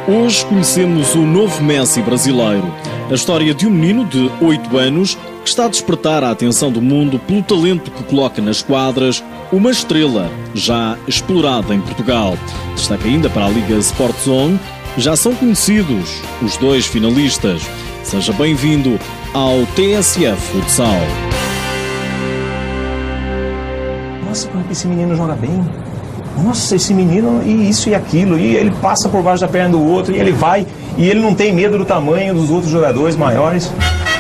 Hoje conhecemos o novo Messi brasileiro. A história de um menino de 8 anos que está a despertar a atenção do mundo pelo talento que coloca nas quadras, uma estrela já explorada em Portugal. Destaca ainda para a Liga Sport Zone, já são conhecidos os 2 finalistas. Seja bem-vindo ao TSF Futsal. Nossa, como esse menino joga bem. Nossa, esse menino, e isso e aquilo, e ele passa por baixo da perna do outro, e ele vai, e ele não tem medo do tamanho dos outros jogadores maiores.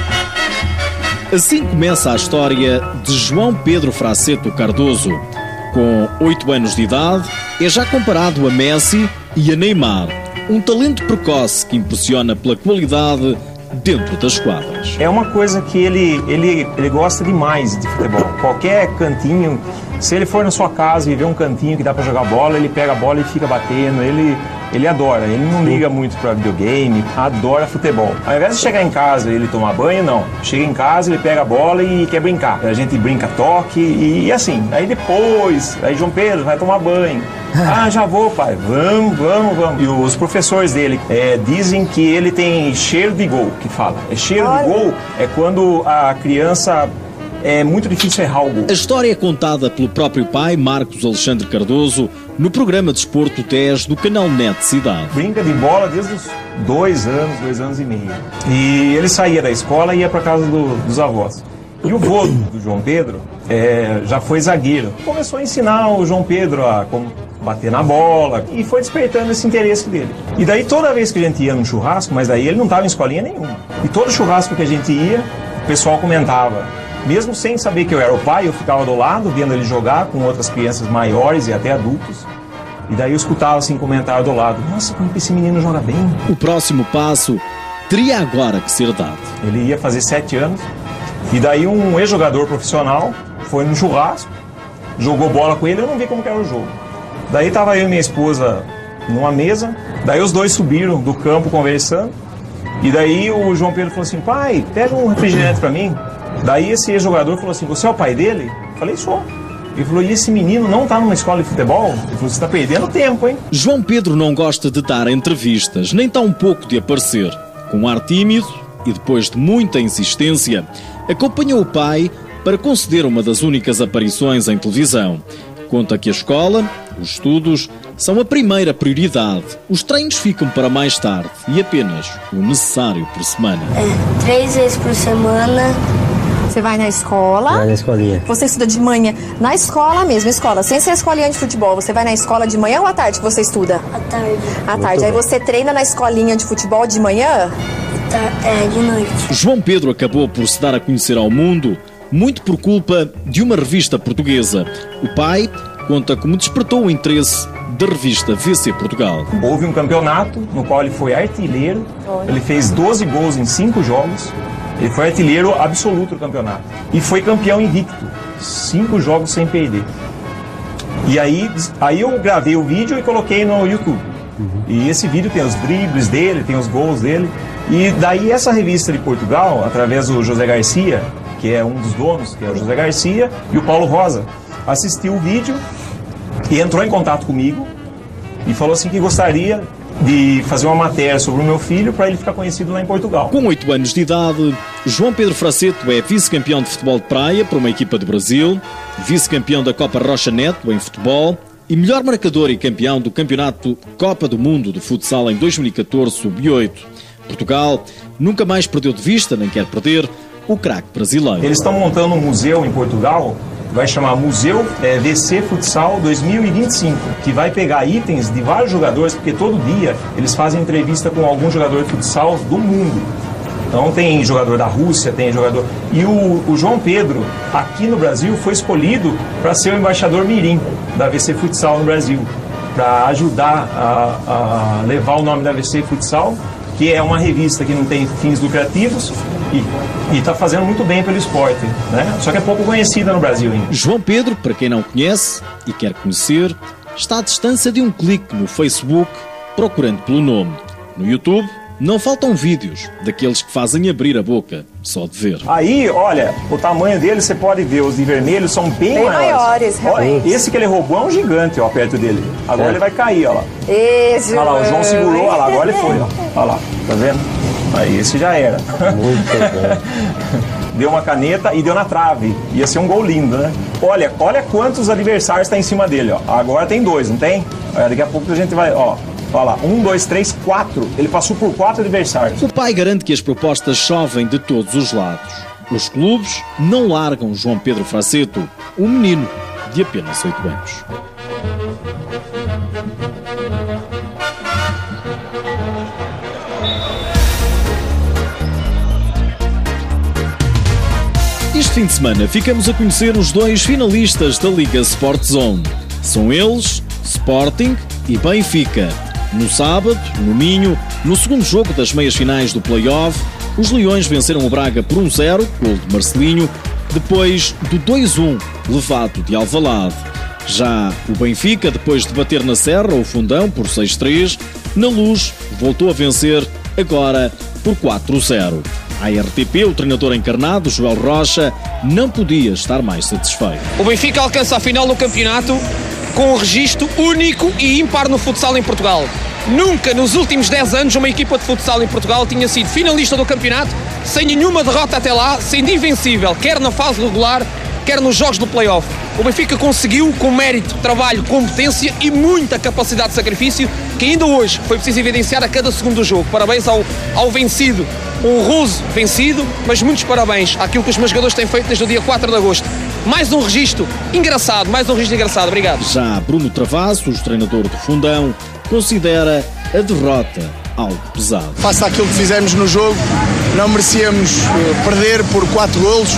Assim começa a história de João Pedro Fraceto Cardoso. Com 8 anos de idade, é já comparado a Messi e a Neymar. Um talento precoce que impressiona pela qualidade dentro das quadras. É uma coisa que ele gosta demais de futebol. Qualquer cantinho, se ele for na sua casa e ver um cantinho que dá para jogar bola, ele pega a bola e fica batendo. Ele adora, ele não liga muito para videogame, adora futebol. Ao invés de chegar em casa e ele tomar banho, não. Chega em casa, ele pega a bola e quer brincar. A gente brinca toque e assim. Aí depois, João Pedro vai tomar banho. Ah, já vou, pai. Vamos. E os professores dele dizem que ele tem cheiro de gol, que fala. Cheiro de gol é quando a criança... É muito difícil errar o gol. A história é contada pelo próprio pai, Marcos Alexandre Cardoso, no programa de Desporto 10 do canal NET Cidade. Brinca de bola desde os 2 anos e meio. E ele saía da escola e ia para casa dos avós. E o vô do João Pedro já foi zagueiro. Começou a ensinar o João Pedro a como bater na bola e foi despertando esse interesse dele. E daí toda vez que a gente ia num churrasco, mas daí ele não estava em escolinha nenhuma. E todo churrasco que a gente ia, o pessoal comentava. Mesmo sem saber que eu era o pai, eu ficava do lado, vendo ele jogar com outras crianças maiores e até adultos. E daí eu escutava assim, comentário do lado. Nossa, como esse menino joga bem. O próximo passo teria agora que ser dado. Ele ia fazer 7 anos. E daí um ex-jogador profissional foi no churrasco, jogou bola com ele, eu não vi como que era o jogo. Daí tava eu e minha esposa numa mesa, daí os 2 subiram do campo conversando. E daí o João Pedro falou assim, pai, pega um refrigerante pra mim. Daí esse ex-jogador falou assim, você é o pai dele? Eu falei, sou. Ele falou, e esse menino não tá numa escola de futebol? Ele falou, você tá perdendo tempo, hein? João Pedro não gosta de dar entrevistas, nem tão pouco de aparecer. Com um ar tímido e depois de muita insistência, acompanhou o pai para conceder uma das únicas aparições em televisão. Conta que a escola, os estudos, são a primeira prioridade. Os treinos ficam para mais tarde e apenas o necessário por semana. 3 vezes por semana. Você vai na escola? Vai na escolinha. Você estuda de manhã? Na escola mesmo, escola, sem ser escolinha de futebol. Você vai na escola de manhã ou à tarde que você estuda? À tarde. À tarde. Aí você treina na escolinha de futebol de manhã? De noite. João Pedro acabou por se dar a conhecer ao mundo muito por culpa de uma revista portuguesa. O pai conta como despertou o interesse da revista VC Portugal. Houve um campeonato no qual ele foi artilheiro. Ele fez 12 gols em 5 jogos. Ele foi artilheiro absoluto do campeonato. E foi campeão invicto. 5 jogos sem perder. E aí eu gravei o vídeo e coloquei no YouTube. E esse vídeo tem os dribles dele, tem os gols dele. E daí essa revista de Portugal, através do José Garcia, que é um dos donos, que é o José Garcia, e o Paulo Rosa, assistiu o vídeo e entrou em contato comigo e falou assim que gostaria de fazer uma matéria sobre o meu filho para ele ficar conhecido lá em Portugal. Com 8 anos de idade, João Pedro Fraceto é vice-campeão de futebol de praia para uma equipa do Brasil, vice-campeão da Copa Rocha Neto em futebol e melhor marcador e campeão do campeonato Copa do Mundo de Futsal em 2014 sub-8. Portugal nunca mais perdeu de vista, nem quer perder, o craque brasileiro. Eles estão montando um museu em Portugal, vai chamar Museu VC Futsal 2025, que vai pegar itens de vários jogadores, porque todo dia eles fazem entrevista com algum jogador de futsal do mundo. Então tem jogador da Rússia, tem jogador... E o João Pedro, aqui no Brasil, foi escolhido para ser o embaixador mirim da VC Futsal no Brasil, para ajudar a levar o nome da VC Futsal, que é uma revista que não tem fins lucrativos e está fazendo muito bem pelo esporte, né? Só que é pouco conhecida no Brasil ainda. João Pedro, para quem não conhece e quer conhecer, está à distância de um clique no Facebook, procurando pelo nome. No YouTube, Não faltam vídeos daqueles que fazem abrir a boca só de ver. Aí, olha, o tamanho dele você pode ver, os de vermelho são bem maiores. Olha, esse que ele roubou é um gigante, ó, perto dele. Agora ele vai cair, ó lá. Isso. Olha lá, o João segurou, olha lá, agora ele foi, ó. Olha lá, tá vendo? Aí, esse já era. Muito bom. Deu uma caneta e deu na trave. Ia ser um gol lindo, né? Olha quantos adversários tá em cima dele, ó. Agora tem 2, não tem? Olha, daqui a pouco a gente vai, ó. Olha lá, 1, 2, 3, 4. Ele passou por 4 adversários. O pai garante que as propostas chovem de todos os lados. Os clubes não largam João Pedro Fraceto, um menino de apenas 8 anos. Este fim de semana ficamos a conhecer os 2 finalistas da Liga Sport Zone. São eles, Sporting e Benfica. No sábado, no Minho, no segundo jogo das meias-finais do play-off, os Leões venceram o Braga por 1-0, gol de Marcelinho, depois do 2-1, levado de Alvalade. Já o Benfica, depois de bater na Serra o Fundão por 6-3, na Luz voltou a vencer, agora por 4-0. À RTP, o treinador encarnado, Joel Rocha, não podia estar mais satisfeito. O Benfica alcança a final do campeonato com um registro único e ímpar no futsal em Portugal. Nunca nos últimos 10 anos uma equipa de futsal em Portugal tinha sido finalista do campeonato sem nenhuma derrota até lá, sendo invencível, quer na fase regular, quer nos jogos do play-off. O Benfica conseguiu, com mérito, trabalho, competência e muita capacidade de sacrifício, que ainda hoje foi preciso evidenciar a cada segundo do jogo. Parabéns ao vencido, honroso vencido, mas muitos parabéns àquilo que os meus jogadores têm feito desde o dia 4 de agosto. Mais um registro engraçado, obrigado. Já Bruno Travassos, treinador do Fundão, considera a derrota algo pesado. Face àquilo que fizemos no jogo, não merecíamos perder por 4 golos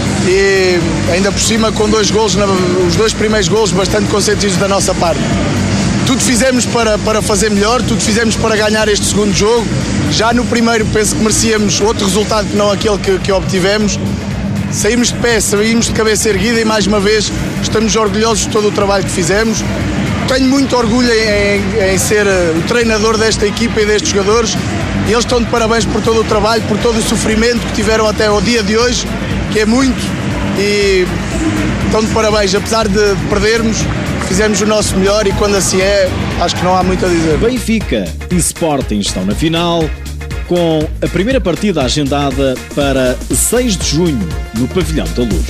e ainda por cima com 2 golos, os 2 primeiros golos bastante consentidos da nossa parte. Tudo fizemos para fazer melhor, tudo fizemos para ganhar este segundo jogo. Já no primeiro penso que merecíamos outro resultado que não aquele que obtivemos. Saímos de pé, saímos de cabeça erguida e mais uma vez estamos orgulhosos de todo o trabalho que fizemos. Tenho muito orgulho em ser o treinador desta equipa e destes jogadores e eles estão de parabéns por todo o trabalho, por todo o sofrimento que tiveram até ao dia de hoje, que é muito, e estão de parabéns. Apesar de perdermos, fizemos o nosso melhor e quando assim é, acho que não há muito a dizer. Benfica e Sporting estão na final, com a primeira partida agendada para 6 de junho no Pavilhão da Luz.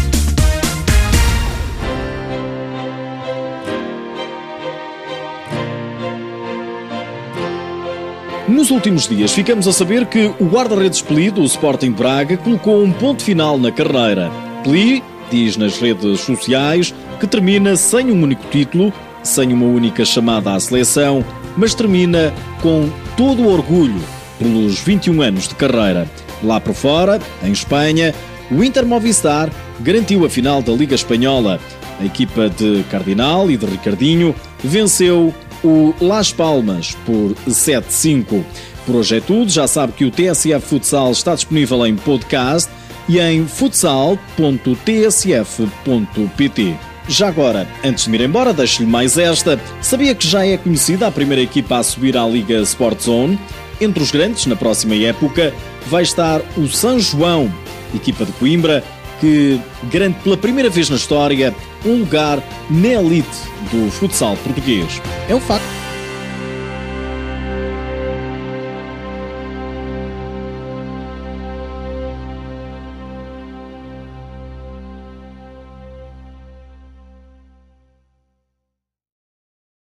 Nos últimos dias ficamos a saber que o guarda-redes Peli do Sporting de Braga colocou um ponto final na carreira. Peli diz nas redes sociais que termina sem um único título, sem uma única chamada à seleção, mas termina com todo o orgulho pelos 21 anos de carreira. Lá por fora, em Espanha, o Inter Movistar garantiu a final da Liga Espanhola. A equipa de Cardinal e de Ricardinho venceu o Las Palmas por 7-5. Por hoje é tudo. Já sabe que o TSF Futsal está disponível em podcast e em futsal.tsf.pt. Já agora, antes de me ir embora, deixo-lhe mais esta. Sabia que já é conhecida a primeira equipa a subir à Liga Sport Zone? Entre os grandes, na próxima época, vai estar o São João, equipa de Coimbra, que garante pela primeira vez na história um lugar na elite do futsal português. É um facto.